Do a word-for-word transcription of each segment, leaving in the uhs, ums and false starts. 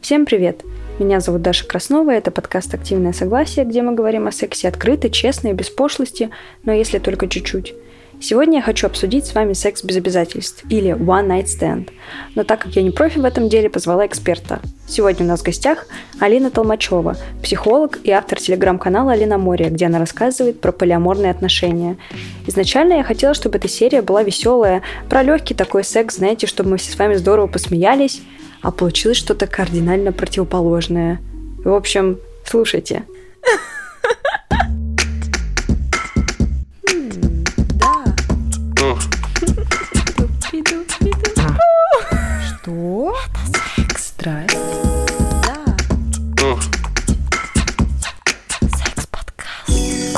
Всем привет! Меня зовут Даша Краснова, это подкаст «Активное согласие», где мы говорим о сексе открыто, честно и без пошлости, но если только чуть-чуть. Сегодня я хочу обсудить с вами секс без обязательств, или one night stand. Но так как я не профи в этом деле, позвала эксперта. Сегодня у нас в гостях Алина Толмачева, психолог и автор телеграм-канала «Алина Море», где она рассказывает про полиаморные отношения. Изначально я хотела, чтобы эта серия была веселая, про легкий такой секс, знаете, чтобы мы все с вами здорово посмеялись, а получилось что-то кардинально противоположное. В общем, слушайте. Что? Это секс. Страсть. Да. Секс-подкаст.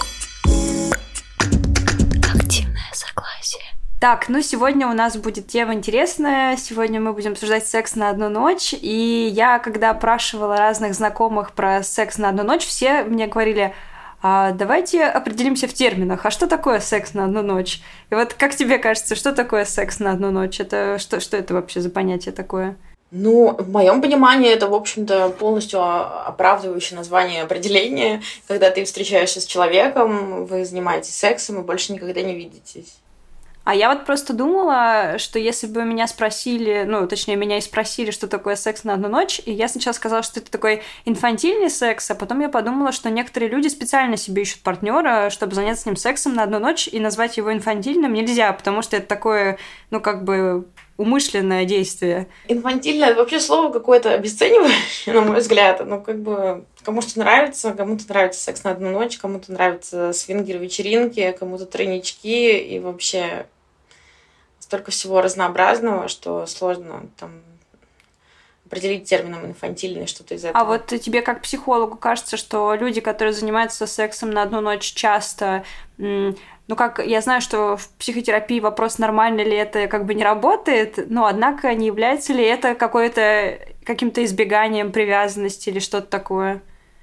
Активное согласие. Так, ну сегодня у нас будет тема интересная. Сегодня мы будем обсуждать секс на одну ночь. И я, когда опрашивала разных знакомых про секс на одну ночь, все мне говорили: а давайте определимся в терминах. А что такое секс на одну ночь? И вот как тебе кажется, что такое секс на одну ночь? Это что, что это вообще за понятие такое? Ну, в моем понимании, это, в общем-то, полностью оправдывающее название определения. Когда ты встречаешься с человеком, вы занимаетесь сексом и больше никогда не видитесь. А я вот просто думала, что если бы меня спросили, ну, точнее, меня и спросили, что такое секс на одну ночь, и я сначала сказала, что это такой инфантильный секс, а потом я подумала, что некоторые люди специально себе ищут партнера, чтобы заняться с ним сексом на одну ночь, и назвать его инфантильным нельзя, потому что это такое, ну, как бы умышленное действие. Инфантильное — это вообще слово какое-то обесценивающее, на мой взгляд. Ну, как бы кому-то нравится, кому-то нравится секс на одну ночь, кому-то нравятся свингер-вечеринки, кому-то тройнички, и вообще столько всего разнообразного, что сложно там определить термином инфантильный что-то из этого. А вот тебе как психологу кажется, что люди, которые занимаются сексом на одну ночь часто, ну как, я знаю, что в психотерапии вопрос, нормально ли это, как бы не работает, но однако не является ли это какое-то, каким-то избеганием привязанности или что-то такое?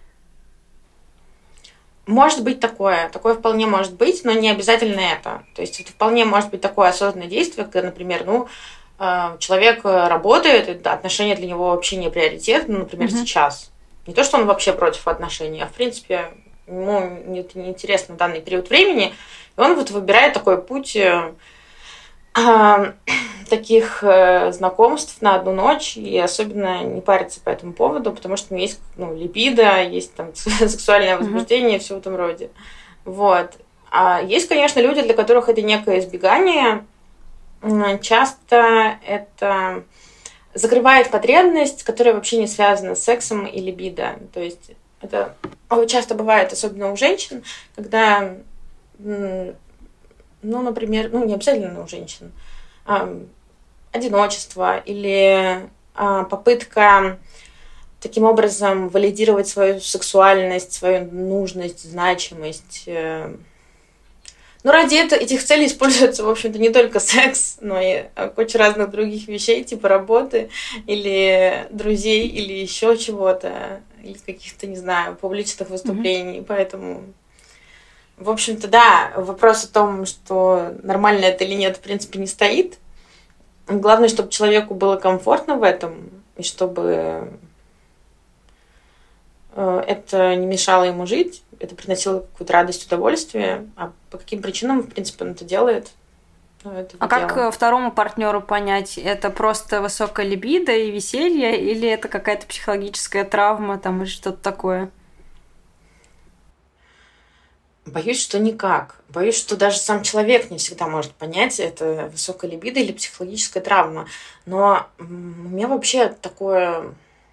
Может быть такое. Такое вполне может быть, но не обязательно это. То есть это вполне может быть такое осознанное действие, когда, например, ну, человек работает, отношения для него вообще не приоритет, ну, например, mm-hmm. сейчас. Не то, что он вообще против отношений, а в принципе ему это неинтересно в данный период времени, и он вот выбирает такой путь э, э, таких э, знакомств на одну ночь, и особенно не парится по этому поводу, потому что у него есть, ну, либидо, есть там сексуальное возбуждение, mm-hmm. все в этом роде. Вот. А есть, конечно, люди, для которых это некое избегание. Часто это закрывает потребность, которая вообще не связана с сексом и либидо. То есть это часто бывает, особенно у женщин, когда, ну, например, ну, не обязательно у женщин, а, одиночество или а, попытка таким образом валидировать свою сексуальность, свою нужность, значимость. Но ради этого, этих целей используется, в общем-то, не только секс, но и куча разных других вещей, типа работы или друзей, или еще чего-то, или каких-то, не знаю, публичных выступлений. Mm-hmm. Поэтому, в общем-то, да, вопрос о том, что нормально это или нет, в принципе, не стоит. Главное, чтобы человеку было комфортно в этом, и чтобы это не мешало ему жить, это приносило какую-то радость, удовольствие. А по каким причинам, в принципе, он это делает? Ну, это а дело. Как второму партнеру понять, это просто высокая либидо и веселье, или это какая-то психологическая травма там, или что-то такое? Боюсь, что никак. Боюсь, что даже сам человек не всегда может понять, это высокая либидо или психологическая травма. Но у меня вообще такое...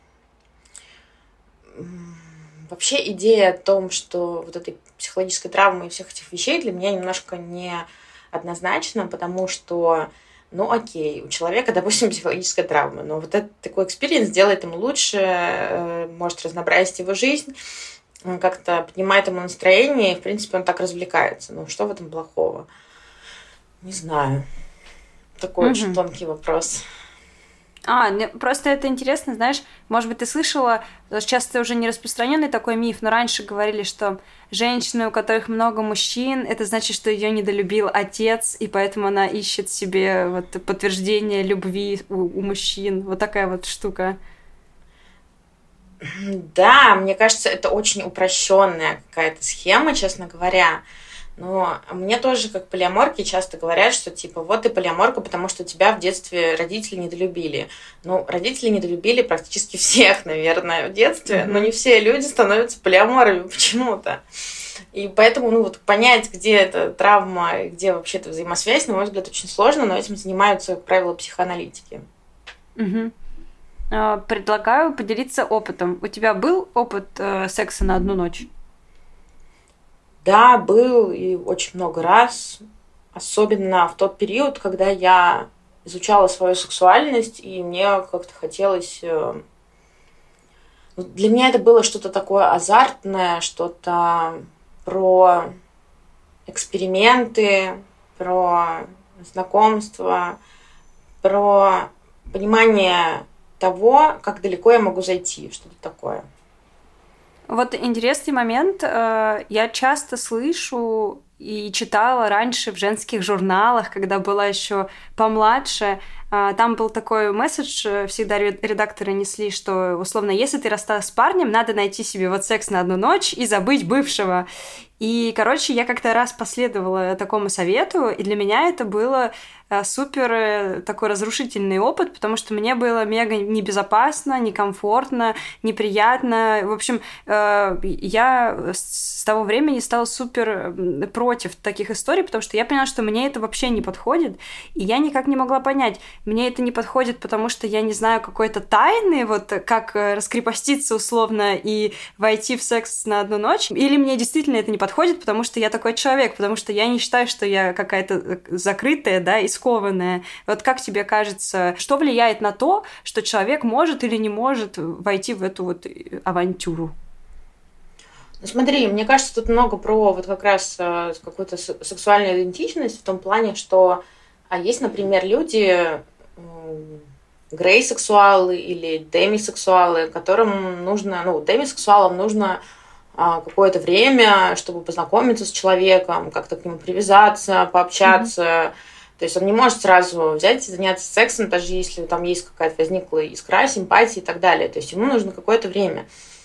Вообще идея о том, что вот этой психологической травмы и всех этих вещей для меня немножко неоднозначна, потому что, ну окей, у человека, допустим, психологическая травма, но вот этот такой экспириенс делает ему лучше, может разнообразить его жизнь, как-то поднимает ему настроение, и, в принципе, он так развлекается. Ну, что в этом плохого? Не знаю. Такой mm-hmm. очень тонкий вопрос. А, просто это интересно, знаешь, может быть, ты слышала, сейчас это уже не распространенный такой миф, но раньше говорили, что женщины, у которых много мужчин, это значит, что ее недолюбил отец, и поэтому она ищет себе вот подтверждение любви у, у мужчин. Вот такая вот штука. Да, мне кажется, это очень упрощенная какая-то схема, честно говоря. Но мне тоже, как полиаморки, часто говорят, что типа вот ты полиаморка, потому что тебя в детстве родители недолюбили. Ну, родители недолюбили практически всех, наверное, в детстве, mm-hmm. но не все люди становятся полиаморами почему-то. И поэтому, ну, вот понять, где эта травма, где вообще эта взаимосвязь, на мой взгляд, очень сложно, но этим занимаются, как правило, психоаналитики. Mm-hmm. Предлагаю поделиться опытом. У тебя был опыт э, секса на одну ночь? Да, был, и очень много раз. Особенно в тот период, когда я изучала свою сексуальность, и мне как-то хотелось... Э... Для меня это было что-то такое азартное, что-то про эксперименты, про знакомство, про понимание того, как далеко я могу зайти, что-то такое. Вот интересный момент. Я часто слышу и читала раньше в женских журналах, когда была еще помладше. Там был такой месседж, всегда редакторы несли, что, условно, если ты расстался с парнем, надо найти себе вот секс на одну ночь и забыть бывшего. И, короче, я как-то раз последовала такому совету, и для меня это было супер такой разрушительный опыт, потому что мне было мега небезопасно, некомфортно, неприятно. В общем, я с того времени стала супер против таких историй, потому что я поняла, что мне это вообще не подходит, и я никак не могла понять, мне это не подходит, потому что я не знаю какой-то тайны, вот как раскрепоститься условно и войти в секс на одну ночь, или мне действительно это не подходит, потому что я такой человек, потому что я не считаю, что я какая-то закрытая, да, и скованная. Вот как тебе кажется, что влияет на то, что человек может или не может войти в эту вот авантюру? Ну, смотри, мне кажется, тут много про вот как раз какую-то сексуальную идентичность в том плане, что а есть, например, люди, грей-сексуалы или демисексуалы, которым нужно, ну, демисексуалам нужно какое-то время, чтобы познакомиться с человеком, как-то к нему привязаться, пообщаться. Mm-hmm. То есть он не может сразу взять и заняться сексом, даже если там есть какая-то возникла искра, симпатия и так далее. То есть ему нужно какое-то время.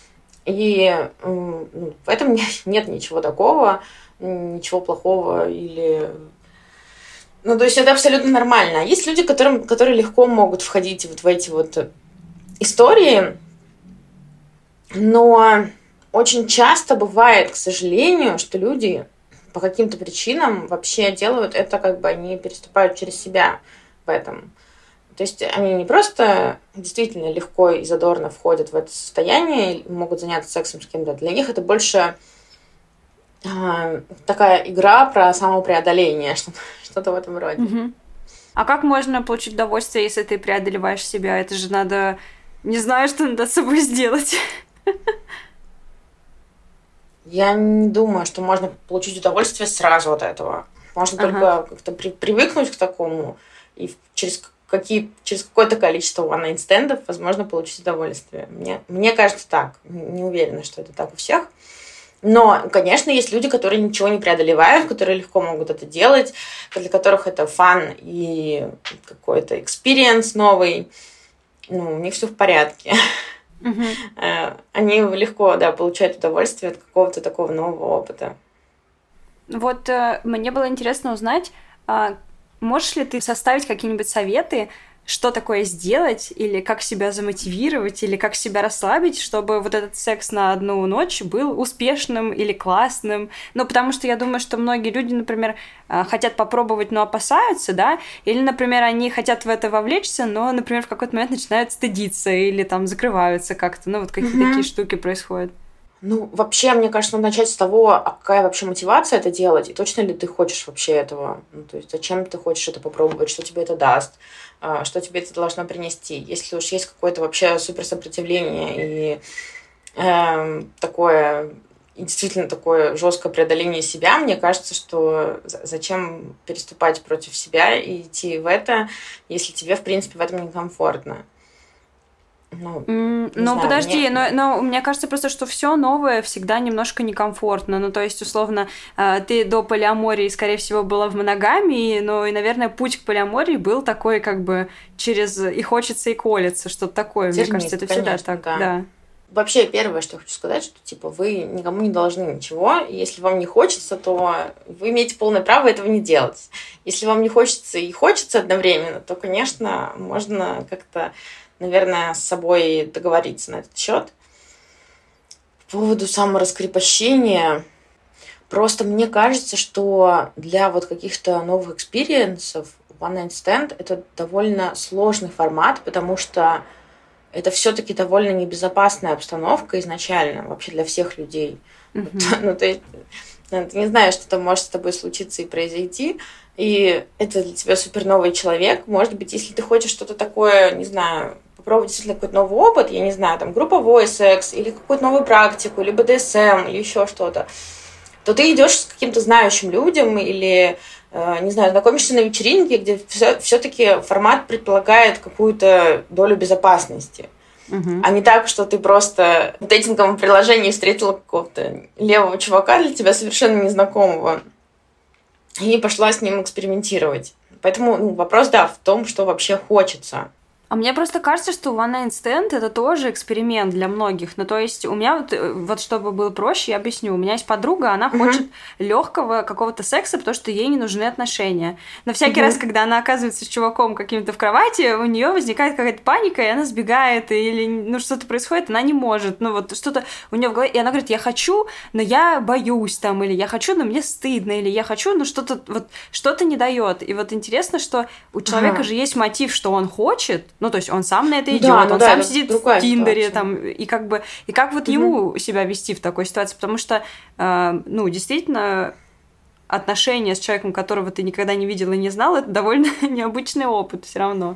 И ну, в этом нет ничего такого, ничего плохого или... Ну, то есть это абсолютно нормально. А есть люди, которым, которые легко могут входить вот в эти вот истории, но очень часто бывает, к сожалению, что люди по каким-то причинам вообще делают это, как бы они переступают через себя в этом. То есть они не просто действительно легко и задорно входят в это состояние и могут заняться сексом с кем-то. Для них это больше э, такая игра про самопреодоление, что-то, что-то в этом роде. Угу. А как можно получить удовольствие, если ты преодолеваешь себя? Это же надо... Не знаю, что надо с собой сделать. Я не думаю, что можно получить удовольствие сразу от этого. Можно ага. только как-то при, привыкнуть к такому и через, какие, через какое-то количество one-night-стендов возможно получить удовольствие. Мне, мне кажется так. Не уверена, что это так у всех. Но, конечно, есть люди, которые ничего не преодолевают, которые легко могут это делать, для которых это фан и какой-то экспириенс новый. Ну, у них все в порядке. Uh-huh. Они легко, да, получают удовольствие от какого-то такого нового опыта. Вот э, мне было интересно узнать, э, можешь ли ты составить какие-нибудь советы, что такое сделать, или как себя замотивировать, или как себя расслабить, чтобы вот этот секс на одну ночь был успешным или классным. Ну, потому что я думаю, что многие люди, например, хотят попробовать, но опасаются, да, или, например, они хотят в это вовлечься, но, например, в какой-то момент начинают стыдиться или там закрываются как-то, ну, вот какие-то mm-hmm. такие штуки происходят. Ну, вообще, мне кажется, надо начать с того, а какая вообще мотивация это делать, и точно ли ты хочешь вообще этого. Ну, то есть, зачем ты хочешь это попробовать, что тебе это даст, что тебе это должно принести. Если уж есть какое-то вообще суперсопротивление и э, такое, и действительно такое жесткое преодоление себя, мне кажется, что зачем переступать против себя и идти в это, если тебе, в принципе, в этом некомфортно. Ну, mm, ну знаю, подожди, мне... но, но мне кажется просто, что все новое всегда немножко некомфортно. Ну, то есть, условно, ты до полиамории, скорее всего, была в моногамии, но и, наверное, путь к полиамории был такой, как бы, через и хочется, и колется, что-то такое. Тернист, мне кажется, это конечно, всегда так. Да. Да. Вообще, первое, что я хочу сказать, что, типа, вы никому не должны ничего, и если вам не хочется, то вы имеете полное право этого не делать. Если вам не хочется и хочется одновременно, то, конечно, можно как-то, наверное, с собой договориться на этот счет. По поводу самораскрепощения, просто мне кажется, что для вот каких-то новых экспириенсов One Night Stand — это довольно сложный формат, потому что это все-таки довольно небезопасная обстановка изначально, вообще для всех людей. Mm-hmm. Ну, то есть, ты не знаешь, что там может с тобой случиться и произойти, и это для тебя супер новый человек. Может быть, если ты хочешь что-то такое, не знаю, попробовать действительно какой-то новый опыт, я не знаю, там, групповой секс, или какую-то новую практику, или бэ дэ эс эм, или еще что-то, то ты идешь с каким-то знающим людям или, не знаю, знакомишься на вечеринке, где все-таки формат предполагает какую-то долю безопасности. Uh-huh. А не так, что ты просто в дейтинговом приложении встретила какого-то левого чувака для тебя совершенно незнакомого и пошла с ним экспериментировать. Поэтому ну, вопрос, да, в том, что вообще хочется. А мне просто кажется, что One Night Stand — это тоже эксперимент для многих. Ну, то есть у меня, вот, вот чтобы было проще, я объясню. У меня есть подруга, она mm-hmm. хочет легкого какого-то секса, потому что ей не нужны отношения. Но всякий mm-hmm. раз, когда она оказывается с чуваком каким-то в кровати, у нее возникает какая-то паника, и она сбегает, или ну, что-то происходит, она не может. Ну, вот что-то у нее в голове. И она говорит, я хочу, но я боюсь, там, или я хочу, но мне стыдно, или я хочу, но что-то, вот, что-то не дает. И вот интересно, что у человека uh-huh. же есть мотив, что он хочет. Ну, то есть он сам на это идет, да, ну он да, сам сидит в Тиндере, там, и как бы, и как вот угу. ему себя вести в такой ситуации, потому что, э, ну, действительно, отношения с человеком, которого ты никогда не видел и не знал, это довольно необычный опыт все равно.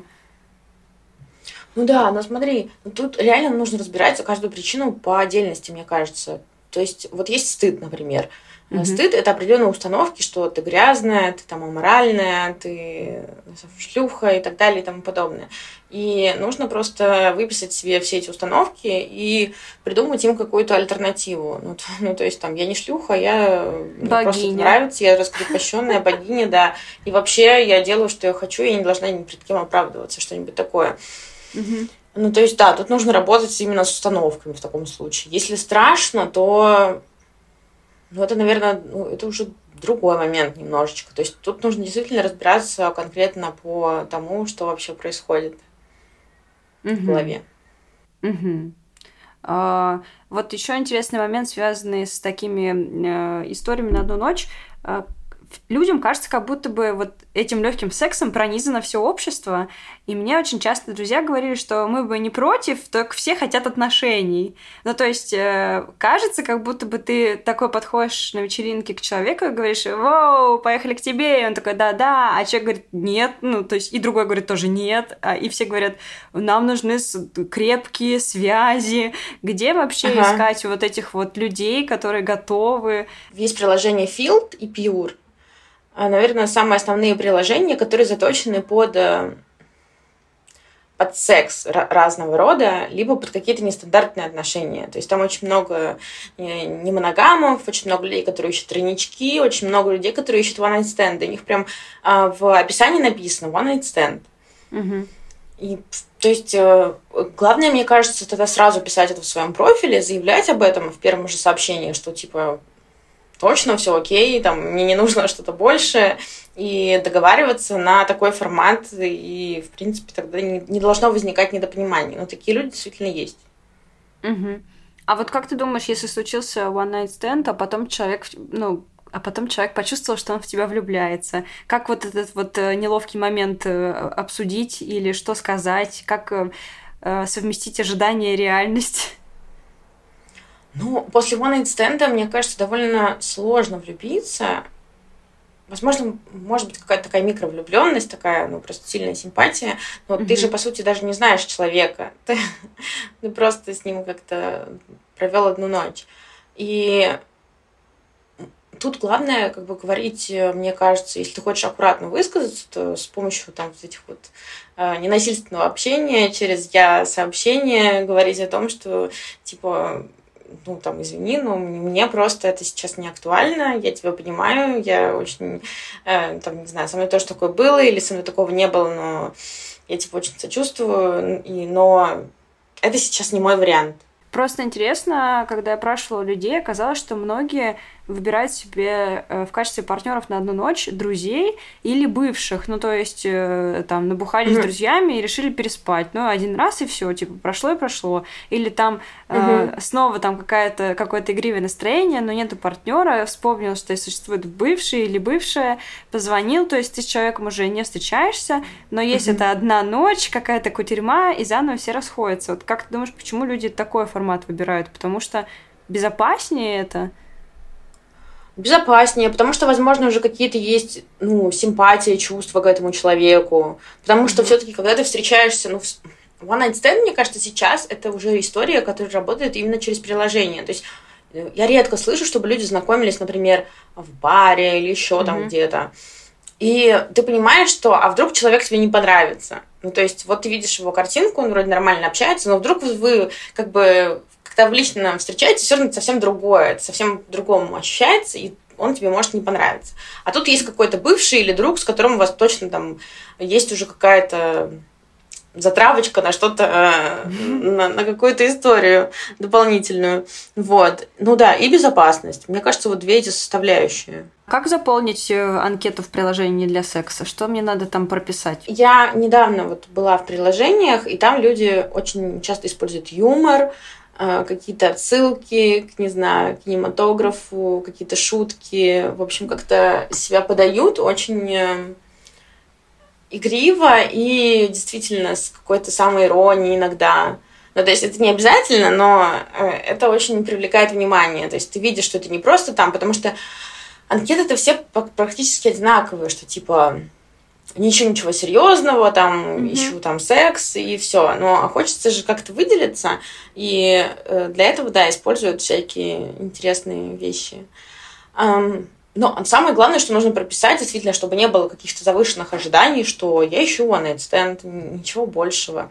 Ну да, но смотри, тут реально нужно разбирать каждую причину по отдельности, мне кажется. То есть вот есть стыд, например. Mm-hmm. Стыд — это определенные установки, что ты грязная, ты там аморальная, ты шлюха и так далее и тому подобное. И нужно просто выписать себе все эти установки и придумать им какую-то альтернативу. Ну, то, ну, то есть там я не шлюха, я мне просто это нравится, я раскрепощенная богиня, да. И вообще я делаю, что я хочу, я не должна ни перед кем оправдываться, что-нибудь такое. Mm-hmm. Ну, то есть, да, тут нужно работать именно с установками в таком случае. Если страшно, то... Ну, это, наверное, ну, это уже другой момент немножечко. То есть тут нужно действительно разбираться конкретно по тому, что вообще происходит угу. в голове. Угу. А, вот еще интересный момент, связанный с такими э, историями на одну ночь. А, людям кажется, как будто бы вот этим легким сексом пронизано все общество. И мне очень часто друзья говорили, что мы бы не против, только все хотят отношений. Ну, то есть, э, кажется, как будто бы ты такой подходишь на вечеринке к человеку и говоришь, воу, поехали к тебе. И он такой, да-да. А человек говорит, нет. Ну, то есть, и другой говорит тоже нет. И все говорят, нам нужны крепкие связи. Где вообще ага. искать вот этих вот людей, которые готовы? Есть приложение Field и Pure. Наверное, самые основные приложения, которые заточены под, под секс разного рода, либо под какие-то нестандартные отношения. То есть там очень много немоногамов, очень много людей, которые ищут тройнички, очень много людей, которые ищут one night stand. У них прям в описании написано one night stand. Угу. И, то есть, главное, мне кажется, тогда сразу писать это в своем профиле, заявлять об этом в первом же сообщении, что типа... Точно, все окей, там, мне не нужно что-то больше, и договариваться на такой формат, и, в принципе, тогда не, не должно возникать недопониманий. Но такие люди действительно есть. Угу. А вот как ты думаешь, если случился one night stand, а потом человек, ну, а потом человек почувствовал, что он в тебя влюбляется, как вот этот вот неловкий момент обсудить или что сказать, как совместить ожидания и реальность? Ну, после one night stand, мне кажется, довольно сложно влюбиться. Возможно, может быть, какая-то такая микровлюбленность, такая, ну, просто сильная симпатия. Но mm-hmm. ты же, по сути, даже не знаешь человека. Ты, ты просто с ним как-то провел одну ночь. И тут главное, как бы, говорить, мне кажется, если ты хочешь аккуратно высказаться, то с помощью там вот этих вот э, ненасильственного общения, через я-сообщение говорить о том, что, типа... ну, там, извини, но мне просто это сейчас не актуально, я тебя понимаю, я очень, э, там, не знаю, со мной тоже такое было, или со мной такого не было, но я, типа, очень сочувствую, и, но это сейчас не мой вариант. Просто интересно, когда я спрашивала людей, оказалось, что многие выбирают себе в качестве партнеров на одну ночь друзей или бывших. Ну, то есть, там, набухались mm-hmm. с друзьями и решили переспать. Ну, один раз и все, типа, прошло и прошло. Или там mm-hmm. э, снова там какая-то, какое-то игривое настроение, но нету партнера, вспомнил, что существует бывший или бывшая, позвонил, то есть ты с человеком уже не встречаешься, но есть mm-hmm. это одна ночь, какая-то кутерьма, и заново все расходятся. Вот как ты думаешь, почему люди такой формат выбирают? Потому что безопаснее это? Безопаснее, потому что, возможно, уже какие-то есть, ну, симпатии, чувства к этому человеку. Потому что mm-hmm. все-таки, когда ты встречаешься, ну, One Night Stand, мне кажется, сейчас это уже история, которая работает именно через приложение. То есть я редко слышу, чтобы люди знакомились, например, в баре или еще mm-hmm. там где-то. И ты понимаешь, что, а вдруг человек тебе не понравится. Ну, то есть вот ты видишь его картинку, он вроде нормально общается, но вдруг вы как бы... Когда вы лично встречаетесь, все равно это совсем другое, это совсем по-другому ощущается, и он тебе может не понравиться. А тут есть какой-то бывший или друг, с которым у вас точно там есть уже какая-то затравочка на что-то, mm-hmm. на, на какую-то историю дополнительную. Вот. Ну да, и безопасность. Мне кажется, вот две эти составляющие. Как заполнить анкету в приложении для секса? Что мне надо там прописать? Я недавно вот была в приложениях, и там люди очень часто используют юмор, какие-то отсылки к, не знаю, кинематографу, какие-то шутки. В общем, как-то себя подают очень игриво и действительно с какой-то самой иронией иногда. Ну, то есть это не обязательно, но это очень привлекает внимание. То есть ты видишь, что это не просто там, потому что анкеты-то все практически одинаковые, что типа... Ничего, ничего серьезного, там, mm-hmm. ищу там секс и все. Но хочется же как-то выделиться, и для этого, да, используют всякие интересные вещи. Но самое главное, что нужно прописать, действительно, чтобы не было каких-то завышенных ожиданий, что я ищу one night stand, ничего большего.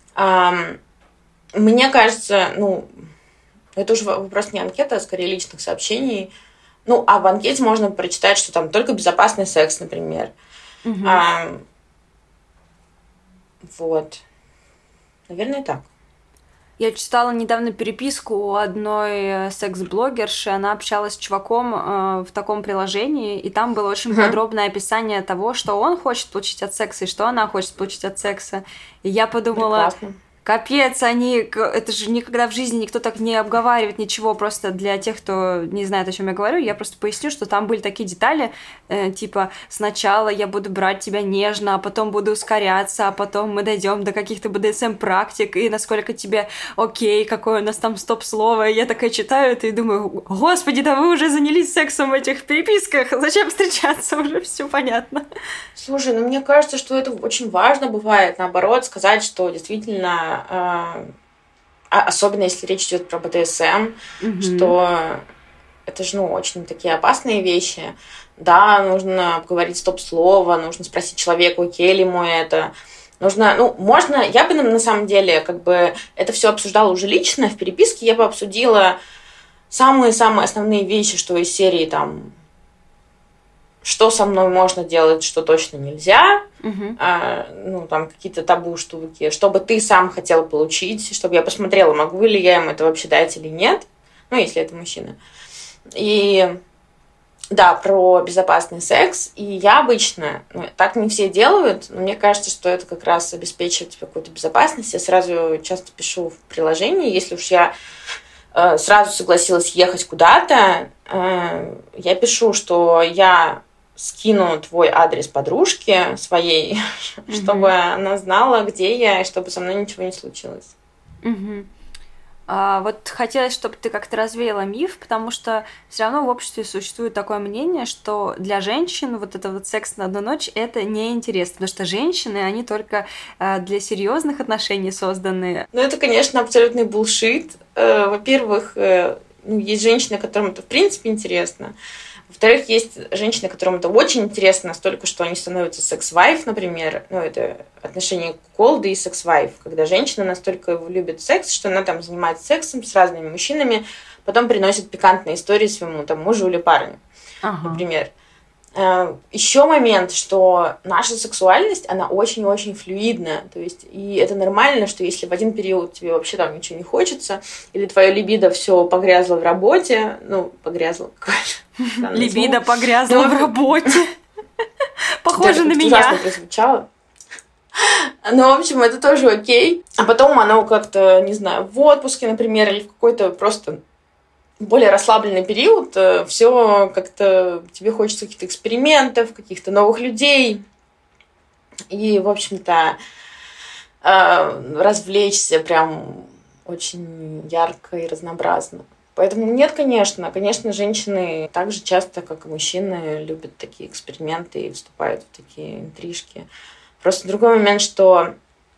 Мне кажется, ну, это уже вопрос не анкеты, а скорее личных сообщений. Ну, а в анкете можно прочитать, что там только безопасный секс, например. Угу. А, вот. Наверное, так. Я читала недавно переписку у одной секс-блогерши. Она общалась с чуваком э, в таком приложении, и там было очень угу. подробное описание того, что он хочет получить от секса, и что она хочет получить от секса. И я подумала... Прекрасно. Капец, они... Это же никогда в жизни никто так не обговаривает ничего. Просто для тех, кто не знает, о чем я говорю, я просто поясню, что там были такие детали, э, типа сначала я буду брать тебя нежно, а потом буду ускоряться, а потом мы дойдем до каких-то бэ дэ эс эм-практик, и насколько тебе окей, какое у нас там стоп-слово. И я такая читаю это и думаю, господи, да вы уже занялись сексом в этих переписках, зачем встречаться, уже все понятно. Слушай, ну мне кажется, что это очень важно бывает, наоборот, сказать, что действительно особенно если речь идет про бэ дэ эс эм, mm-hmm. что это же, ну, очень такие опасные вещи. Да, нужно обговорить стоп-слово, нужно спросить человека, окей ли ему это. Нужно, ну, можно, я бы на самом деле, как бы, это все обсуждала уже лично в переписке, я бы обсудила самые-самые основные вещи, что из серии там, что со мной можно делать, что точно нельзя, uh-huh. а, ну, там, какие-то табу штуки, чтобы ты сам хотел получить, чтобы я посмотрела, могу ли я ему это вообще дать или нет, ну, если это мужчина. И, да, про безопасный секс, и я обычно, ну, так не все делают, но мне кажется, что это как раз обеспечивает тебе какую-то безопасность. Я сразу часто пишу в приложении, если уж я э, сразу согласилась ехать куда-то, э, я пишу, что я скину твой адрес подружке своей, mm-hmm. чтобы она знала, где я, и чтобы со мной ничего не случилось. Mm-hmm. А, вот хотелось, чтобы ты как-то развеяла миф, потому что все равно в обществе существует такое мнение, что для женщин вот это вот секс на одну ночь это неинтересно, потому что женщины, они только а, для серьезных отношений созданы. Ну, это, конечно, абсолютный булшит. Во-первых, ну, есть женщины, которым это в принципе интересно. Во-вторых, есть женщины, которым это очень интересно, настолько, что они становятся секс-вайф, например. Ну, это отношение куколды и секс-вайф, когда женщина настолько любит секс, что она там занимается сексом с разными мужчинами, потом приносит пикантные истории своему там мужу или парню, ага. например. Еще момент, что наша сексуальность, она очень-очень флюидная. То есть, и это нормально, что если в один период тебе вообще там ничего не хочется, или твое либидо все погрязло в работе, ну, погрязло. Либидо погрязло в работе. Похоже на меня. Ужасно прозвучало. Ну, в общем, это тоже окей. А потом оно как-то, не знаю, в отпуске, например, или в какой-то просто более расслабленный период, все как-то тебе хочется каких-то экспериментов, каких-то новых людей. И, в общем-то, развлечься прям очень ярко и разнообразно. Поэтому нет, конечно. Конечно, женщины так же часто, как и мужчины, любят такие эксперименты и вступают в такие интрижки. Просто другой момент, что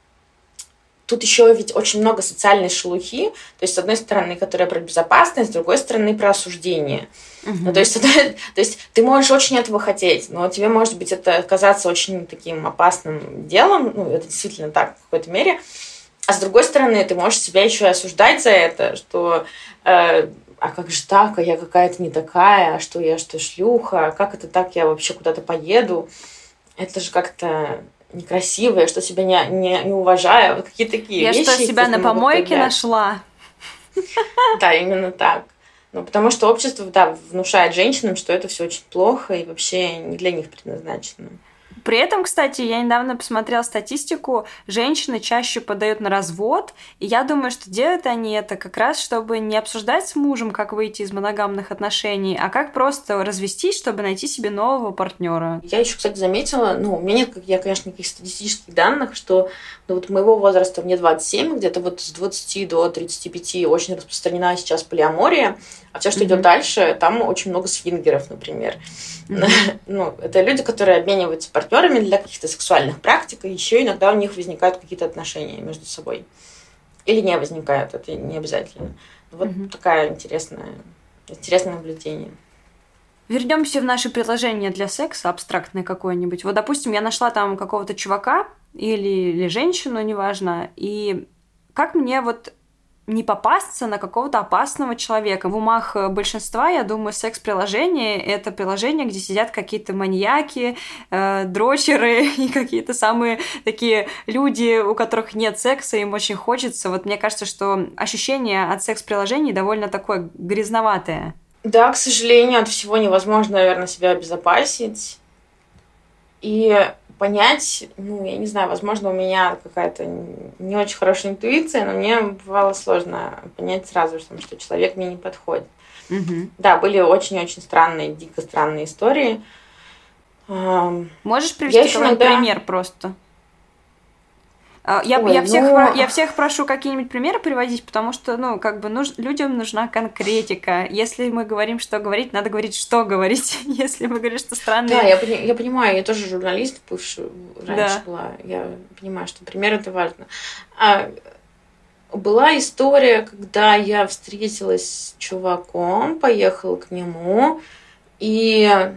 тут еще ведь очень много социальной шелухи, то есть, с одной стороны, которая про безопасность, с другой стороны, про осуждение. Uh-huh. Ну, то есть, то есть, ты можешь очень этого хотеть, но тебе, может быть, это казаться очень таким опасным делом, ну, это действительно так в какой-то мере, а с другой стороны, ты можешь себя еще и осуждать за это, что э, а как же так, а я какая-то не такая, а что я, что шлюха, а как это так, я вообще куда-то поеду, это же как-то некрасивая, что себя не, не, не уважаю. Вот какие такие я вещи. Я что, себя на помойке нашла? Да, именно так. Ну, потому что общество, да, внушает женщинам, что это все очень плохо и вообще не для них предназначено. При этом, кстати, я недавно посмотрела статистику, женщины чаще подают на развод, и я думаю, что делают они это как раз, чтобы не обсуждать с мужем, как выйти из моногамных отношений, а как просто развестись, чтобы найти себе нового партнера. Я еще, кстати, заметила, ну, у меня нет, я, конечно, никаких статистических данных, что ну, вот моего возраста, мне двадцать семь, где-то вот с двадцати до тридцати пяти очень распространена сейчас полиамория, а все, что mm-hmm. идет дальше, там очень много свингеров, например. Mm-hmm. Ну, это люди, которые обмениваются партнерами для каких-то сексуальных практик, и еще иногда у них возникают какие-то отношения между собой. Или не возникают, это не обязательно. Вот mm-hmm. такая интересная, интересное наблюдение. Вернемся в наше приложение для секса, абстрактное какое-нибудь. Вот, допустим, я нашла там какого-то чувака или, или женщину, неважно, и как мне вот не попасться на какого-то опасного человека. В умах большинства, я думаю, секс-приложение — это приложение, где сидят какие-то маньяки, э, дрочеры и какие-то самые такие люди, у которых нет секса, им очень хочется. Вот мне кажется, что ощущение от секс-приложений довольно такое грязноватое. Да, к сожалению, от всего невозможно, наверное, себя обезопасить. И понять, ну, я не знаю, возможно, у меня какая-то не очень хорошая интуиция, но мне бывало сложно понять сразу, что человек мне не подходит. Угу. Да, были очень-очень странные, дико странные истории. Можешь привести какой-нибудь иногда... пример просто? Я, Ой, я, всех, ну... я всех прошу какие-нибудь примеры приводить, потому что, ну, как бы нуж... людям нужна конкретика. Если мы говорим, что говорить, надо говорить, что говорить. Если мы говорим, что странные... Да, я, пони... я понимаю, я тоже журналист, бывший раньше да. была. Я понимаю, что пример — это важно. А, была история, когда я встретилась с чуваком, поехала к нему, и...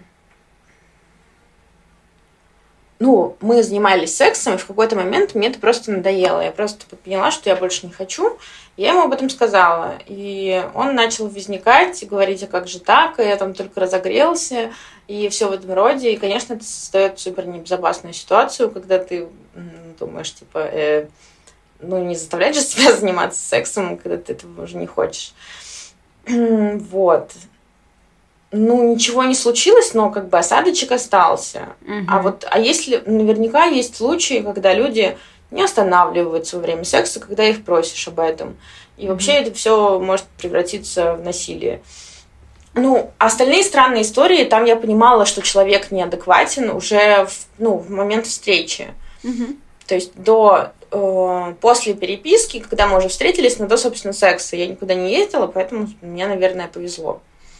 Ну, мы занимались сексом, и в какой-то момент мне это просто надоело. Я просто поняла, что я больше не хочу. Я ему об этом сказала. И он начал возникать и говорить, а как же так? И я там только разогрелся, и все в этом роде. И, конечно, это создает супер небезопасную ситуацию, когда ты думаешь, типа, э, ну, не заставлять же себя заниматься сексом, когда ты этого уже не хочешь. Вот. Ну, ничего не случилось, но как бы осадочек остался. Uh-huh. А вот, а если наверняка есть случаи, когда люди не останавливаются во время секса, когда их просишь об этом. И uh-huh. вообще это все может превратиться в насилие. Ну, остальные странные истории, там я понимала, что человек неадекватен уже в, ну, в момент встречи. Uh-huh. То есть до э, после переписки, когда мы уже встретились, но до, собственно, секса я никуда не ездила, поэтому мне, наверное, повезло.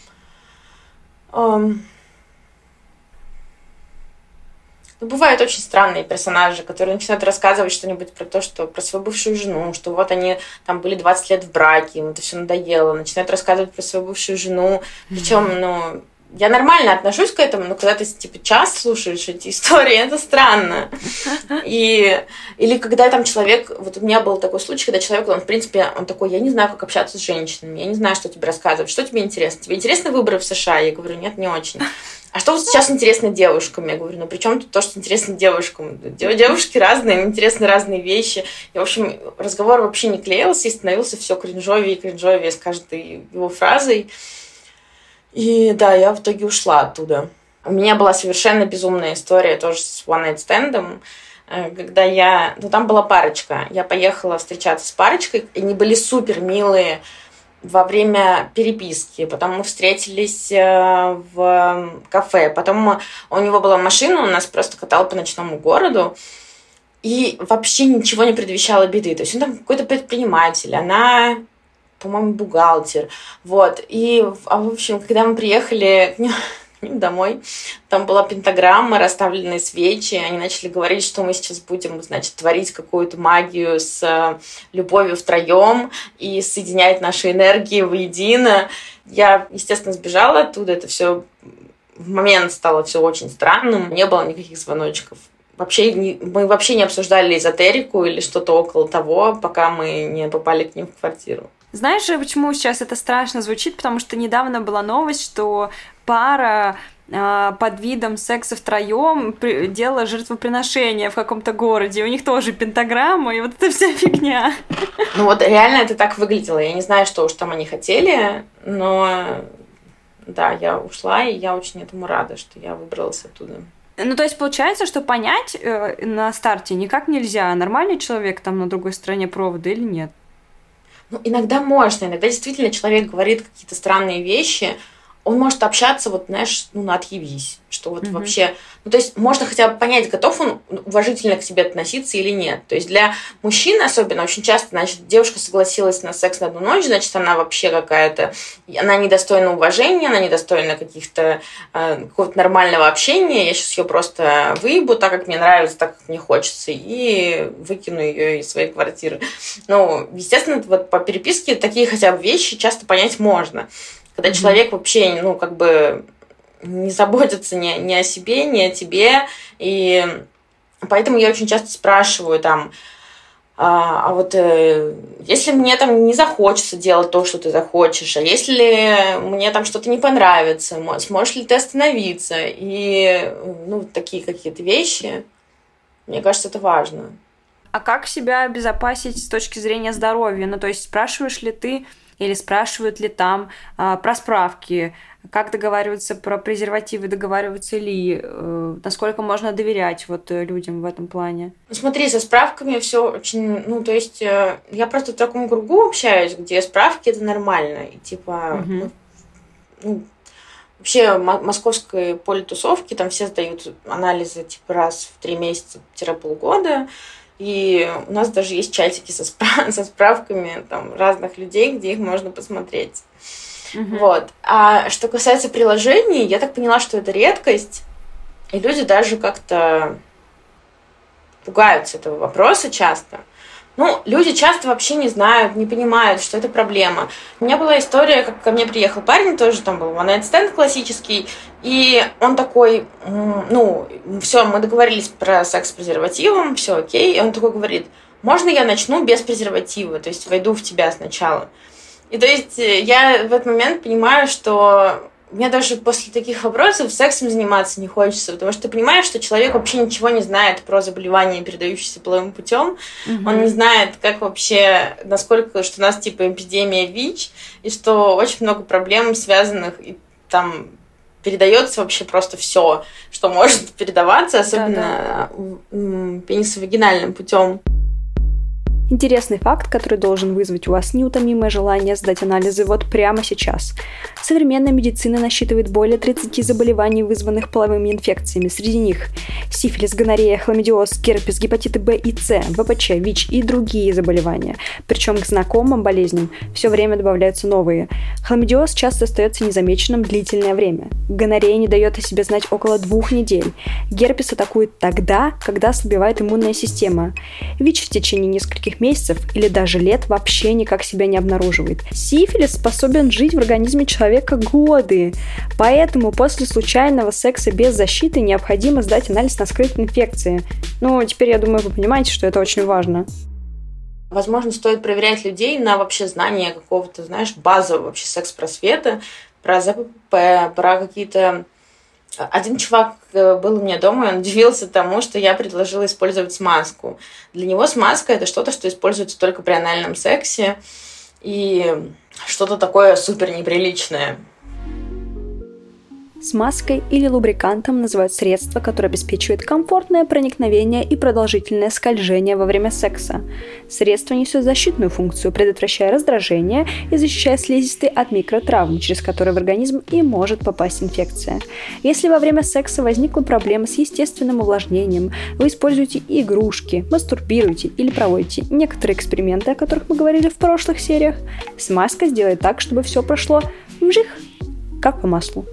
Um, ну, бывают очень странные персонажи, которые начинают рассказывать что-нибудь про то, что про свою бывшую жену, что вот они там были двадцать лет в браке, им это все надоело, начинают рассказывать про свою бывшую жену, причем, ну, я нормально отношусь к этому, но когда ты, типа, час слушаешь эти истории, это странно. И, или когда там человек... Вот у меня был такой случай, когда человек, он, в принципе, он такой, я не знаю, как общаться с женщинами, я не знаю, что тебе рассказывать, что тебе интересно? Тебе интересны выборы в США? Я говорю, нет, не очень. А что вот сейчас интересно девушкам? Я говорю, ну при чем тут то, что интересно девушкам? Девушки разные, им интересны разные вещи. И, в общем, разговор вообще не клеился, и становился все кринжовее и кринжовее с каждой его фразой. И да, я в итоге ушла оттуда. У меня была совершенно безумная история тоже с one-night стендом, когда я... Ну, там была парочка. Я поехала встречаться с парочкой, и они были супер милые во время переписки. Потом мы встретились в кафе. Потом у него была машина, он нас просто катал по ночному городу. И вообще ничего не предвещало беды. То есть он там какой-то предприниматель, она, по-моему, бухгалтер. Вот. И, а, в общем, когда мы приехали к ним, к ним домой, там была пентаграмма, расставленные свечи. Они начали говорить, что мы сейчас будем, значит, творить какую-то магию с любовью втроем и соединять наши энергии воедино. Я, естественно, сбежала оттуда. Это все в момент стало все очень странным. Не было никаких звоночков. Вообще не, мы вообще не обсуждали эзотерику или что-то около того, пока мы не попали к ним в квартиру. Знаешь, почему сейчас это страшно звучит? Потому что недавно была новость, что пара э, под видом секса втроем делала жертвоприношение в каком-то городе. У них тоже пентаграмма, и вот эта вся фигня. Ну вот реально это так выглядело. Я не знаю, что уж там они хотели, но да, я ушла, и я очень этому рада, что я выбралась оттуда. Ну, то есть, получается, что понять э, на старте никак нельзя, нормальный человек там на другой стороне провода или нет? Ну, иногда можно. Иногда действительно человек говорит какие-то странные вещи. Он может общаться, вот, знаешь, ну, на отъебись. Что вот mm-hmm. вообще... Ну, то есть, можно хотя бы понять, готов он уважительно к себе относиться или нет. То есть, для мужчин особенно очень часто, значит, девушка согласилась на секс на одну ночь, значит, она вообще какая-то... Она недостойна уважения, она недостойна каких-то... Э, какого-то нормального общения. Я сейчас ее просто выебу так, как мне нравится, так, как мне хочется, и выкину ее из своей квартиры. Ну, естественно, вот по переписке такие хотя бы вещи часто понять можно. Когда mm-hmm. человек вообще, ну, как бы не заботится ни, ни о себе, ни о тебе. И поэтому я очень часто спрашиваю там, а, а вот э, если мне там не захочется делать то, что ты захочешь, а если мне там что-то не понравится, сможешь ли ты остановиться? И, ну, такие какие-то вещи, мне кажется, это важно. А как себя обезопасить с точки зрения здоровья? Ну, то есть спрашиваешь ли ты или спрашивают ли там а, про справки, как договариваться про презервативы, договариваются ли, э, насколько можно доверять вот людям в этом плане? Ну, смотри, со справками все очень, ну, то есть э, я просто в таком кругу общаюсь, где справки это нормально, и типа, угу. ну, ну, вообще в московской политусовке там все сдают анализы типа раз в три месяца-полгода. И у нас даже есть чатики со, справ- со справками там, разных людей, где их можно посмотреть. Mm-hmm. Вот. А что касается приложений, я так поняла, что это редкость, и люди даже как-то пугаются этого вопроса часто. Ну, люди часто вообще не знают, не понимают, что это проблема. У меня была история, как ко мне приехал парень, тоже там был one-night stand классический, и он такой, ну, все, мы договорились про секс с презервативом, все окей, и он такой говорит, можно я начну без презерватива, то есть войду в тебя сначала. И то есть я в этот момент понимаю, что мне даже после таких вопросов сексом заниматься не хочется, потому что ты понимаешь, что человек вообще ничего не знает про заболевания, передающиеся половым путем. Mm-hmm. Он не знает, как вообще, насколько, что у нас типа эпидемия ВИЧ, и что очень много проблем связанных, и там передается вообще просто все, что может передаваться, особенно Да-да. пенисовагинальным путем. Интересный факт, который должен вызвать у вас неутомимое желание сдать анализы вот прямо сейчас. Современная медицина насчитывает более тридцати заболеваний, вызванных половыми инфекциями. Среди них сифилис, гонорея, хламидиоз, герпес, гепатиты Б и С, ВПЧ, ВИЧ и другие заболевания. Причем к знакомым болезням все время добавляются новые. Хламидиоз часто остается незамеченным длительное время. Гонорея не дает о себе знать около двух недель. Герпес атакует тогда, когда ослабевает иммунная система. ВИЧ в течение нескольких нескольких месяцев или даже лет вообще никак себя не обнаруживает. Сифилис способен жить в организме человека годы. Поэтому после случайного секса без защиты необходимо сдать анализ на скрытые инфекции. Ну, теперь, я думаю, вы понимаете, что это очень важно. Возможно, стоит проверять людей на вообще знание какого-то, знаешь, базового вообще секс-просвета, про ЗПП, про какие-то... Один чувак был у меня дома, и он удивился тому, что я предложила использовать смазку. Для него смазка – это что-то, что используется только при анальном сексе, и что-то такое супер неприличное. Смазкой или лубрикантом называют средство, которое обеспечивает комфортное проникновение и продолжительное скольжение во время секса. Средство несет защитную функцию, предотвращая раздражение и защищая слизистые от микротравм, через которые в организм и может попасть инфекция. Если во время секса возникла проблема с естественным увлажнением, вы используете игрушки, мастурбируете или проводите некоторые эксперименты, о которых мы говорили в прошлых сериях, смазка сделает так, чтобы все прошло вжих, как по маслу.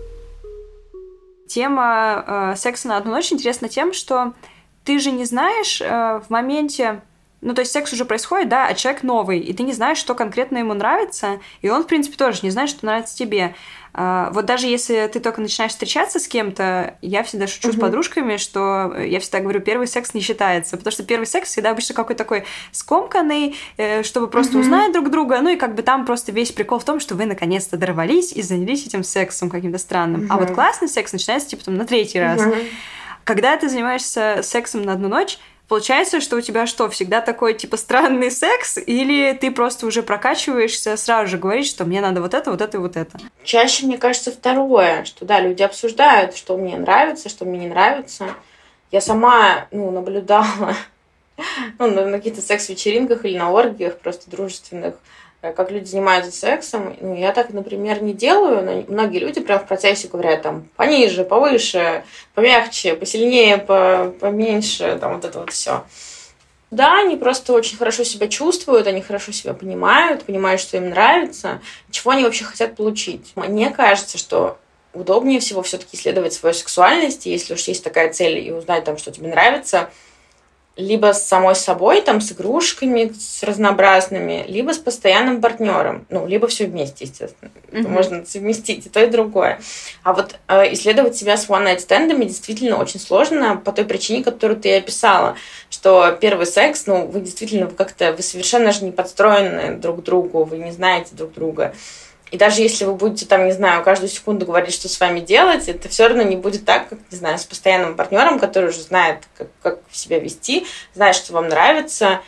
Тема э, секса на одну ночь интересна тем, что ты же не знаешь э, в моменте... Ну, то есть секс уже происходит, да, а человек новый, и ты не знаешь, что конкретно ему нравится, и он, в принципе, тоже не знает, что нравится тебе. А, вот даже если ты только начинаешь встречаться с кем-то, я всегда шучу mm-hmm. с подружками, что я всегда говорю, первый секс не считается, потому что первый секс всегда обычно какой-то такой скомканный, э, чтобы просто mm-hmm. узнать друг друга, ну и как бы там просто весь прикол в том, что вы наконец-то дорвались и занялись этим сексом каким-то странным. Mm-hmm. А вот классный секс начинается типа там на третий раз. Mm-hmm. Когда ты занимаешься сексом на одну ночь, получается, что у тебя что, всегда такой, типа, странный секс? Или ты просто уже прокачиваешься, сразу же говоришь, что мне надо вот это, вот это и вот это? Чаще, мне кажется, второе, что, да, люди обсуждают, что мне нравится, что мне не нравится. Я сама, ну, наблюдала ну, на каких-то секс-вечеринках или на оргиях просто дружественных, как люди занимаются сексом. Ну, я так, например, не делаю, но многие люди прям в процессе говорят там пониже, повыше, помягче, посильнее, поменьше, там вот это вот все. Да, они просто очень хорошо себя чувствуют, они хорошо себя понимают, понимают, что им нравится, чего они вообще хотят получить. Мне кажется, что удобнее всего все-таки исследовать свою сексуальность, и если уж есть такая цель, и узнать там, что тебе нравится, либо с самой собой, там, с игрушками, с разнообразными, либо с постоянным партнером. Ну, либо все вместе, естественно. Mm-hmm. Можно совместить и то, и другое. А вот э, исследовать себя с one-night-стендами действительно очень сложно по той причине, которую ты и описала, что первый секс, ну, вы действительно вы как-то, вы совершенно же не подстроены друг к другу, вы не знаете друг друга. И даже если вы будете, там, не знаю, каждую секунду говорить, что с вами делать, это все равно не будет так, как, не знаю, с постоянным партнером, который уже знает, как, как себя вести, знает, что вам нравится.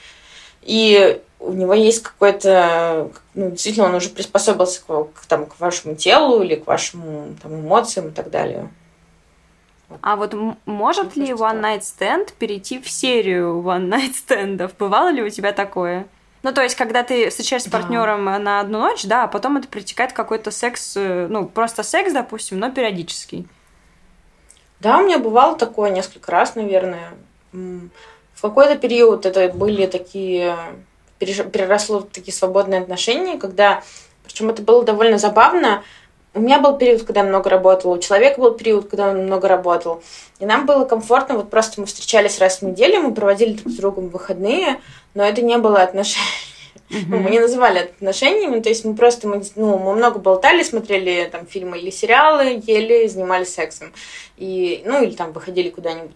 И у него есть какой-то... Ну, действительно, он уже приспособился к, к, там, к вашему телу или к вашим там, эмоциям и так далее. А вот может ли One Night Stand перейти в серию One Night Stand'ов? Бывало ли у тебя такое? Ну, то есть, когда ты встречаешься с партнером да. на одну ночь, да, а потом это перетекает в какой-то секс, ну, просто секс, допустим, но периодический. Да, у меня бывало такое несколько раз, наверное. В какой-то период это были такие, переросло в такие свободные отношения, когда, причем это было довольно забавно. У меня был период, когда я много работала, у человека был период, когда он много работал. И нам было комфортно, вот просто мы встречались раз в неделю, мы проводили друг с другом выходные, но это не было отношений. Mm-hmm. Ну, мы не называли это отношениями, то есть мы просто, мы, ну, мы много болтали, смотрели там фильмы или сериалы, ели, занимались сексом. И, ну, или там выходили куда-нибудь.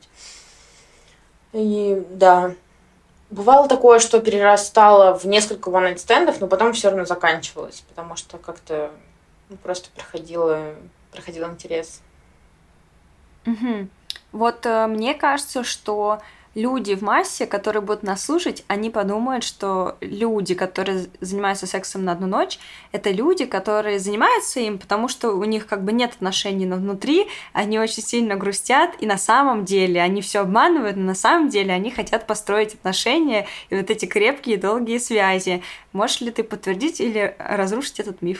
И да, бывало такое, что перерастало в несколько one-night-стендов, но потом все равно заканчивалось, потому что как-то ну, просто проходило, проходил интерес. Угу. Вот э, мне кажется, что люди в массе, которые будут нас слушать, они подумают, что люди, которые занимаются сексом на одну ночь, это люди, которые занимаются им, потому что у них как бы нет отношений, но внутри они очень сильно грустят, и на самом деле они все обманывают, но на самом деле они хотят построить отношения и вот эти крепкие, долгие связи. Можешь ли ты подтвердить или разрушить этот миф?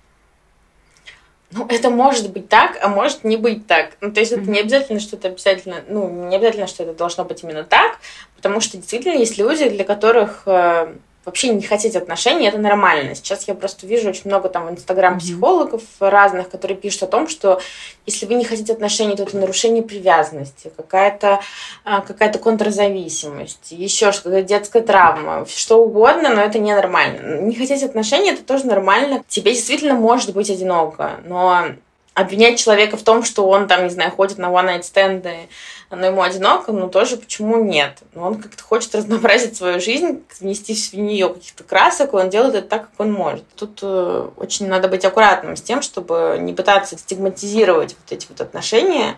Ну, это может быть так, а может не быть так. Ну, то есть это не обязательно, что это обязательно, ну, не обязательно, что это должно быть именно так, потому что действительно есть люди, для которых э, вообще не хотеть отношений, это нормально. Сейчас я просто вижу очень много там в Инстаграм психологов разных, которые пишут о том, что если вы не хотите отношений, то это нарушение привязанности, какая-то, какая-то контрзависимость, еще что-то, детская травма, что угодно, но это ненормально. Не хотеть отношений, это тоже нормально. Тебе действительно может быть одиноко, но обвинять человека в том, что он там, не знаю, ходит на one-night-стенды, но ему одиноко, ну тоже почему нет? Но он как-то хочет разнообразить свою жизнь, внести в нее каких-то красок, и он делает это так, как он может. Тут э, очень надо быть аккуратным с тем, чтобы не пытаться стигматизировать вот эти вот отношения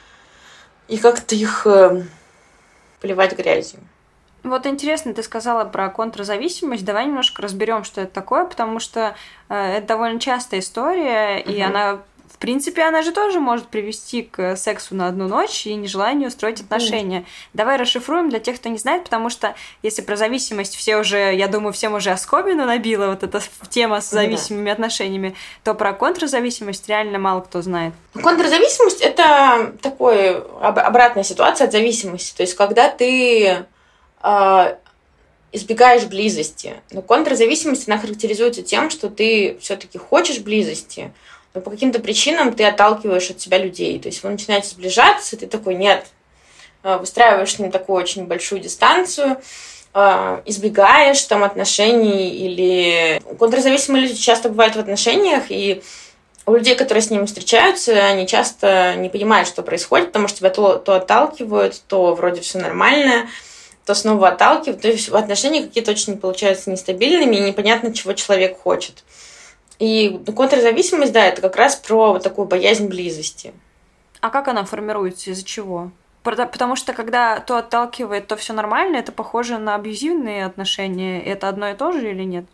и как-то их э, поливать грязью. Вот интересно, ты сказала про контрзависимость. Давай немножко разберем, что это такое, потому что э, это довольно частая история, uh-huh. и она... В принципе, она же тоже может привести к сексу на одну ночь и нежеланию строить отношения. Mm. Давай расшифруем для тех, кто не знает, потому что если про зависимость все уже, я думаю, всем уже оскомину набила вот эта тема с зависимыми mm. отношениями, то про контрзависимость реально мало кто знает. Контрзависимость – это такой обратная ситуация от зависимости. То есть, когда ты э, избегаешь близости. Но контрзависимость, она характеризуется тем, что ты все-таки хочешь близости, но по каким-то причинам ты отталкиваешь от себя людей. То есть вы начинаете сближаться, и ты такой, нет, выстраиваешь с ним такую очень большую дистанцию, избегаешь там отношений, или контрзависимые люди часто бывают в отношениях, и у людей, которые с ними встречаются, они часто не понимают, что происходит, потому что тебя то, то отталкивают, то вроде все нормально, то снова отталкивают. То есть отношения какие-то очень получаются нестабильными, и непонятно, чего человек хочет. И контрзависимость, да, это как раз про вот такую боязнь близости. А как она формируется? Из-за чего? Потому что когда то отталкивает, то все нормально, это похоже на абьюзивные отношения. Это одно и то же или нет?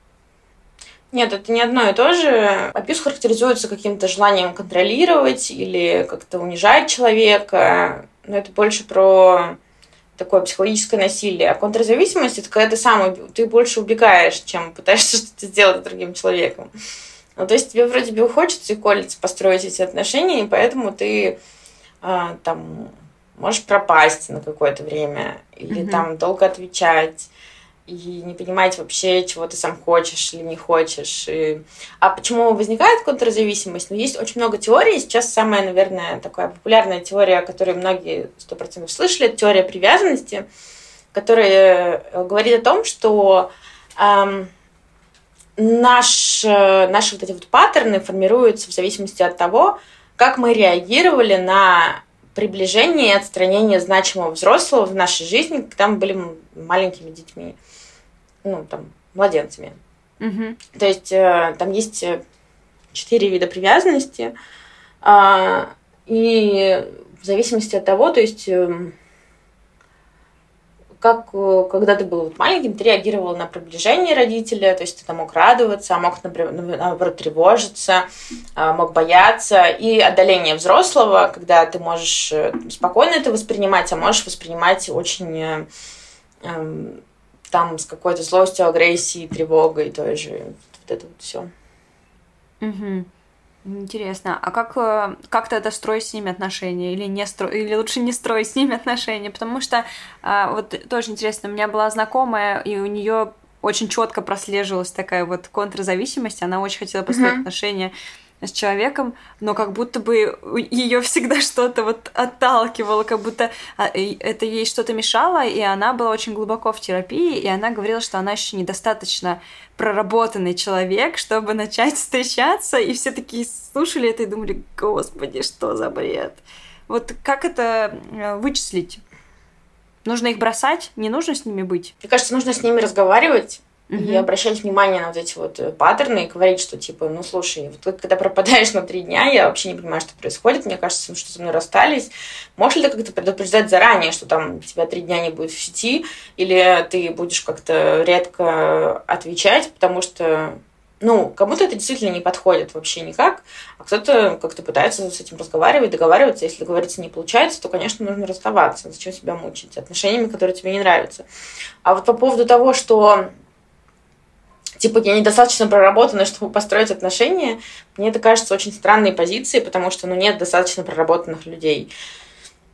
Нет, это не одно и то же. Абьюз характеризуется каким-то желанием контролировать или как-то унижать человека. Но это больше про такое психологическое насилие. А контрзависимость – это когда ты сам ты больше убегаешь, чем пытаешься что-то сделать с другим человеком. Ну, то есть тебе вроде бы хочется и колется построить эти отношения, и поэтому ты а, там можешь пропасть на какое-то время или mm-hmm. там долго отвечать и не понимать вообще, чего ты сам хочешь или не хочешь. И... А почему возникает контрзависимость? Ну, есть очень много теорий. Сейчас самая, наверное, такая популярная теория, о которой многие сто процентов слышали, это теория привязанности, которая говорит о том, что эм, наш, наши вот эти вот паттерны формируются в зависимости от того, как мы реагировали на приближение и отстранение значимого взрослого в нашей жизни, когда мы были маленькими детьми, ну, там, младенцами. Mm-hmm. То есть э, там есть четыре вида привязанности, э, и в зависимости от того, то есть э, как, когда ты был вот маленьким, ты реагировал на приближение родителя, то есть ты там мог радоваться, а мог, например, наоборот, тревожиться, мог бояться. И отдаление взрослого, когда ты можешь спокойно это воспринимать, а можешь воспринимать очень эм, там с какой-то злостью, агрессией, тревогой тоже. Вот это вот все. Угу. Интересно. А как, как тогда строить с ними отношения? Или, не стро... Или лучше не строить с ними отношения? Потому что, вот тоже интересно, у меня была знакомая, и у нее очень четко прослеживалась такая вот контрзависимость. Она очень хотела построить uh-huh. отношения с человеком, но как будто бы ее всегда что-то вот отталкивало, как будто это ей что-то мешало, и она была очень глубоко в терапии, и она говорила, что она еще недостаточно проработанный человек, чтобы начать встречаться, и все такие слушали это и думали, господи, что за бред. Вот как это вычислить? Нужно их бросать? Не нужно с ними быть? Мне кажется, нужно с ними разговаривать, Uh-huh. и обращать внимание на вот эти вот паттерны и говорить, что типа, ну слушай, вот когда пропадаешь на три дня, я вообще не понимаю, что происходит, мне кажется, что со мной расстались. Можешь ли ты как-то предупреждать заранее, что там тебя три дня не будет в сети, или ты будешь как-то редко отвечать, потому что, ну, кому-то это действительно не подходит вообще никак, а кто-то как-то пытается с этим разговаривать, договариваться. Если договориться не получается, то, конечно, нужно расставаться. Зачем себя мучить отношениями, которые тебе не нравятся. А вот по поводу того, что типа, я недостаточно проработана, чтобы построить отношения, мне это кажется очень странной позицией, потому что, ну, нет достаточно проработанных людей.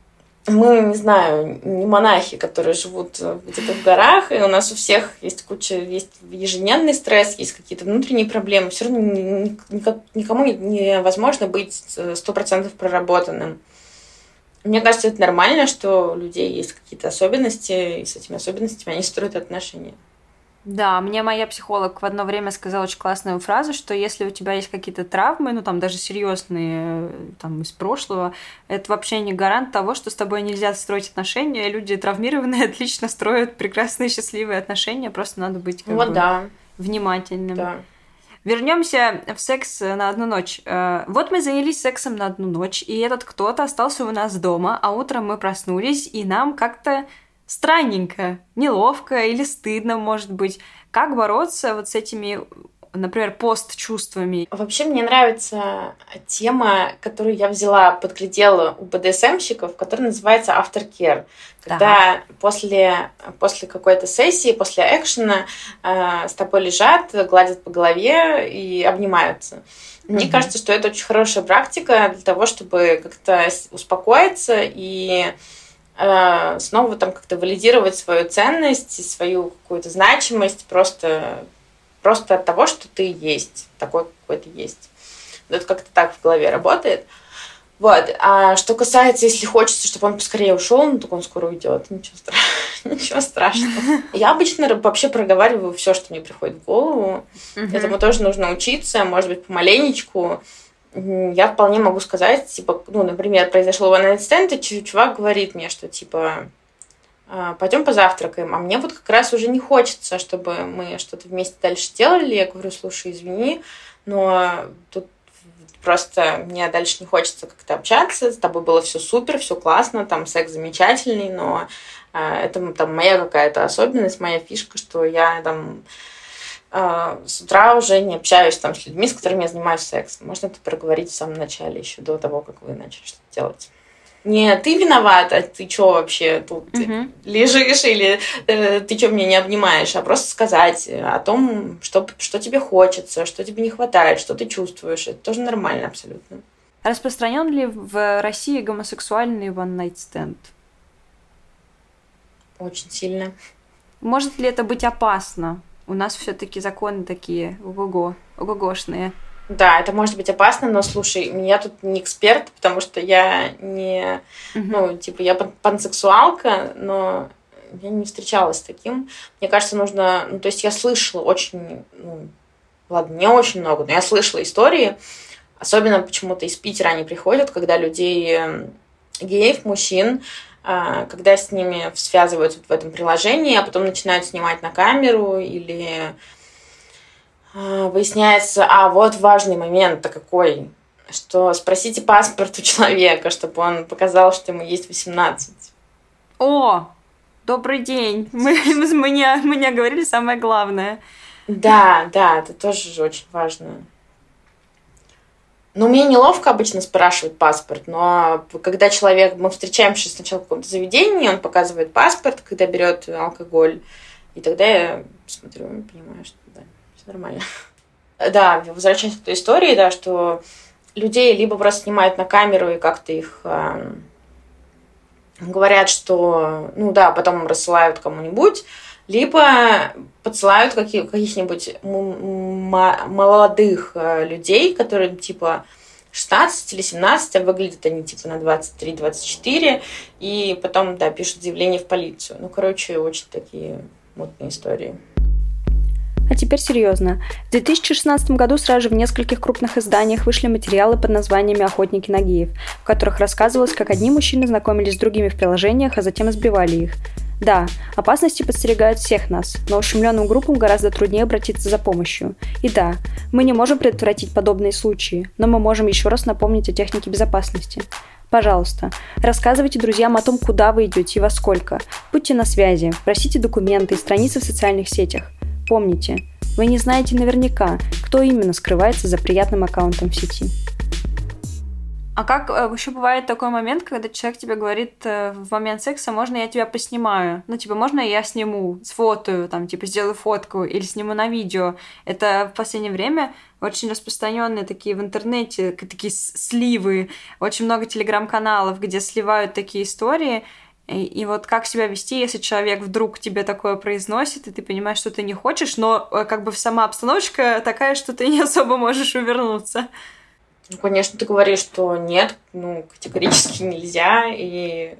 мы, не знаю, не монахи, которые живут где-то в горах, и у нас у всех есть куча, есть ежедневный стресс, есть какие-то внутренние проблемы. Все равно ни, никак, никому невозможно быть сто процентов проработанным. Мне кажется, это нормально, что у людей есть какие-то особенности, и с этими особенностями они строят отношения. Да, мне моя психолог в одно время сказала очень классную фразу, что если у тебя есть какие-то травмы, ну там даже серьезные, там из прошлого, это вообще не гарант того, что с тобой нельзя строить отношения. Люди травмированные отлично строят прекрасные счастливые отношения, просто надо быть как вот бы да. внимательным. Да. Вернемся в секс на одну ночь. Вот мы занялись сексом на одну ночь, и этот кто-то остался у нас дома, а утром мы проснулись, и нам как-то странненько, неловко или стыдно, может быть. Как бороться вот с этими, например, пост-чувствами? Вообще мне нравится тема, которую я взяла, подглядела у бэ дэ эс эм-щиков, которая называется aftercare. Когда да. после, после какой-то сессии, после экшена э, с тобой лежат, гладят по голове и обнимаются. Мне mm-hmm. кажется, что это очень хорошая практика для того, чтобы как-то успокоиться и снова там как-то валидировать свою ценность, свою какую-то значимость просто, просто от того, что ты есть, такой какой ты есть. Это как-то так в голове работает. Вот. А что касается, если хочется, чтобы он поскорее ушел, ну так он скоро уйдет. Ничего страшного. Ничего страшного. Я обычно вообще проговариваю все, что мне приходит в голову. Этому тоже нужно учиться, может быть, помаленечку. Я вполне могу сказать, типа, ну, например, произошел one night stand, и чувак говорит мне, что, типа, пойдем позавтракаем, а мне вот как раз уже не хочется, чтобы мы что-то вместе дальше делали. Я говорю, слушай, извини, но тут просто мне дальше не хочется как-то общаться, с тобой было все супер, все классно, там секс замечательный, но это там моя какая-то особенность, моя фишка, что я там с утра уже не общаюсь там с людьми, с которыми я занимаюсь сексом. Можно это проговорить в самом начале, еще до того, как вы начали что-то делать. Не ты виновата, ты что вообще тут uh-huh. лежишь или э, ты что меня не обнимаешь, а просто сказать о том, что, что тебе хочется, что тебе не хватает, что ты чувствуешь. Это тоже нормально абсолютно. Распространен ли в России гомосексуальный one night stand? Очень сильно. Может ли это быть опасно? У нас все-таки законы такие, ого-го, ого-гошные. Да, это может быть опасно, но, слушай, я тут не эксперт, потому что я не, uh-huh. ну, типа, я пансексуалка, но я не встречалась с таким. Мне кажется, нужно, ну, то есть я слышала очень, ну, ладно, не очень много, но я слышала истории, особенно почему-то из Питера они приходят, когда людей, геев, мужчин, когда с ними связываются в этом приложении, а потом начинают снимать на камеру или выясняется, а вот важный момент-то какой, что спросите паспорт у человека, чтобы он показал, что ему есть восемнадцать. О, добрый день. Мы, мы, не, мы не говорили самое главное. Да, да, это тоже очень важно. Ну, мне неловко обычно спрашивать паспорт, но когда человек, мы встречаемся сначала в каком-то заведении, он показывает паспорт, когда берет алкоголь, и тогда я смотрю и понимаю, что да, все нормально. Да, возвращаясь к той истории, да, что людей либо просто снимают на камеру и как-то их э, говорят, что, ну да, потом рассылают кому-нибудь, либо подсылают каких- каких-нибудь м- м- молодых людей, которые типа шестнадцать или семнадцать, а выглядят они типа на двадцать три двадцать четыре, и потом, да, пишут заявление в полицию. Ну, короче, очень такие мутные истории. А теперь серьезно. В две тысячи шестнадцатом году сразу же в нескольких крупных изданиях вышли материалы под названиями «Охотники на геев», в которых рассказывалось, как одни мужчины знакомились с другими в приложениях, а затем избивали их. Да, опасности подстерегают всех нас, но ущемленным группам гораздо труднее обратиться за помощью. И да, мы не можем предотвратить подобные случаи, но мы можем еще раз напомнить о технике безопасности. Пожалуйста, рассказывайте друзьям о том, куда вы идете и во сколько. Будьте на связи, просите документы и страницы в социальных сетях. Помните, вы не знаете наверняка, кто именно скрывается за приятным аккаунтом в сети. А как еще бывает такой момент, когда человек тебе говорит в момент секса, можно я тебя поснимаю? Ну, типа, можно я сниму, сфотою, там, типа, сделаю фотку или сниму на видео? Это в последнее время очень распространенные такие в интернете, такие сливы, очень много телеграм-каналов, где сливают такие истории. И, и вот как себя вести, если человек вдруг тебе такое произносит, и ты понимаешь, что ты не хочешь, но как бы сама обстановочка такая, что ты не особо можешь увернуться. Ну, конечно, ты говоришь, что нет, ну, категорически нельзя, и...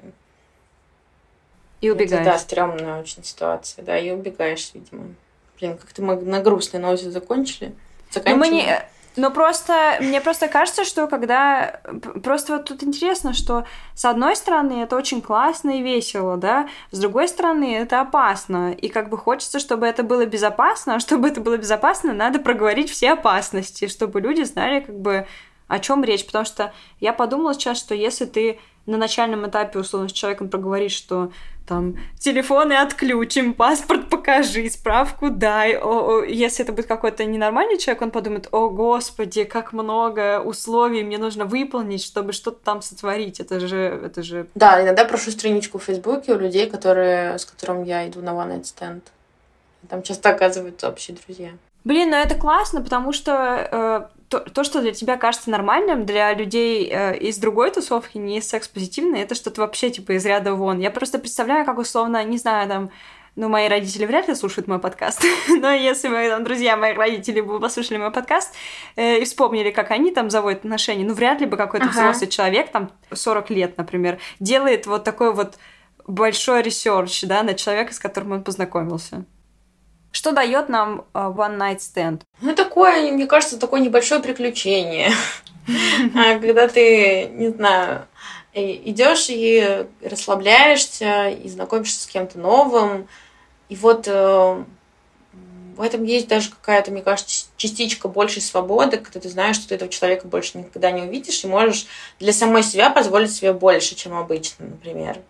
И убегаешь. Это, да, стрёмная очень ситуация, да, и убегаешь, видимо. Блин, как-то мы на грустной ноте закончили. Ну, мы не... Но просто, мне просто кажется, что когда... Просто вот тут интересно, что с одной стороны это очень классно и весело, да, с другой стороны это опасно. И как бы хочется, чтобы это было безопасно, а чтобы это было безопасно, надо проговорить все опасности, чтобы люди знали, как бы, о чем речь. Потому что я подумала сейчас, что если ты на начальном этапе, условно, с человеком проговоришь, что там телефоны отключим, паспорт покажи, справку дай. О, о, если это будет какой-то ненормальный человек, он подумает: о, господи, как много условий мне нужно выполнить, чтобы что-то там сотворить. Это же... Это же... Да, иногда прошу страничку в Фейсбуке у людей, которые, с которым я иду на one night stand. Там часто оказываются общие друзья. Блин, ну это классно, потому что э, то, то, что для тебя кажется нормальным, для людей э, из другой тусовки, не из секс-позитивной, это что-то вообще типа из ряда вон. Я просто представляю, как условно, не знаю, там, ну, мои родители вряд ли слушают мой подкаст, но если мои там, друзья моих родителей бы послушали мой подкаст э, и вспомнили, как они там заводят отношения, ну, вряд ли бы какой-то ага. взрослый человек, там, сорок лет, например, делает вот такой вот большой ресерч, да, на человека, с которым он познакомился. Что дает нам uh, one night stand? Ну, такое, мне кажется, такое небольшое приключение. Когда ты, не знаю, идешь и расслабляешься, и знакомишься с кем-то новым. И вот в этом есть даже какая-то, мне кажется, частичка большей свободы, когда ты знаешь, что ты этого человека больше никогда не увидишь, и можешь для самой себя позволить себе больше, чем обычно, например.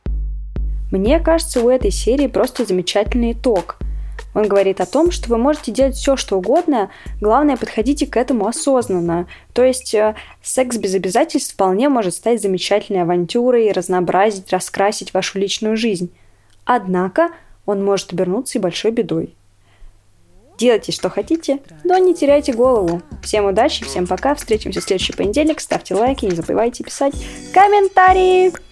Мне кажется, у этой серии просто замечательный итог. Он говорит о том, что вы можете делать все, что угодно, главное, подходите к этому осознанно. То есть э, секс без обязательств вполне может стать замечательной авантюрой, разнообразить, раскрасить вашу личную жизнь. Однако он может обернуться и большой бедой. Делайте, что хотите, но не теряйте голову. Всем удачи, всем пока, встретимся в следующий понедельник, ставьте лайки, не забывайте писать комментарии!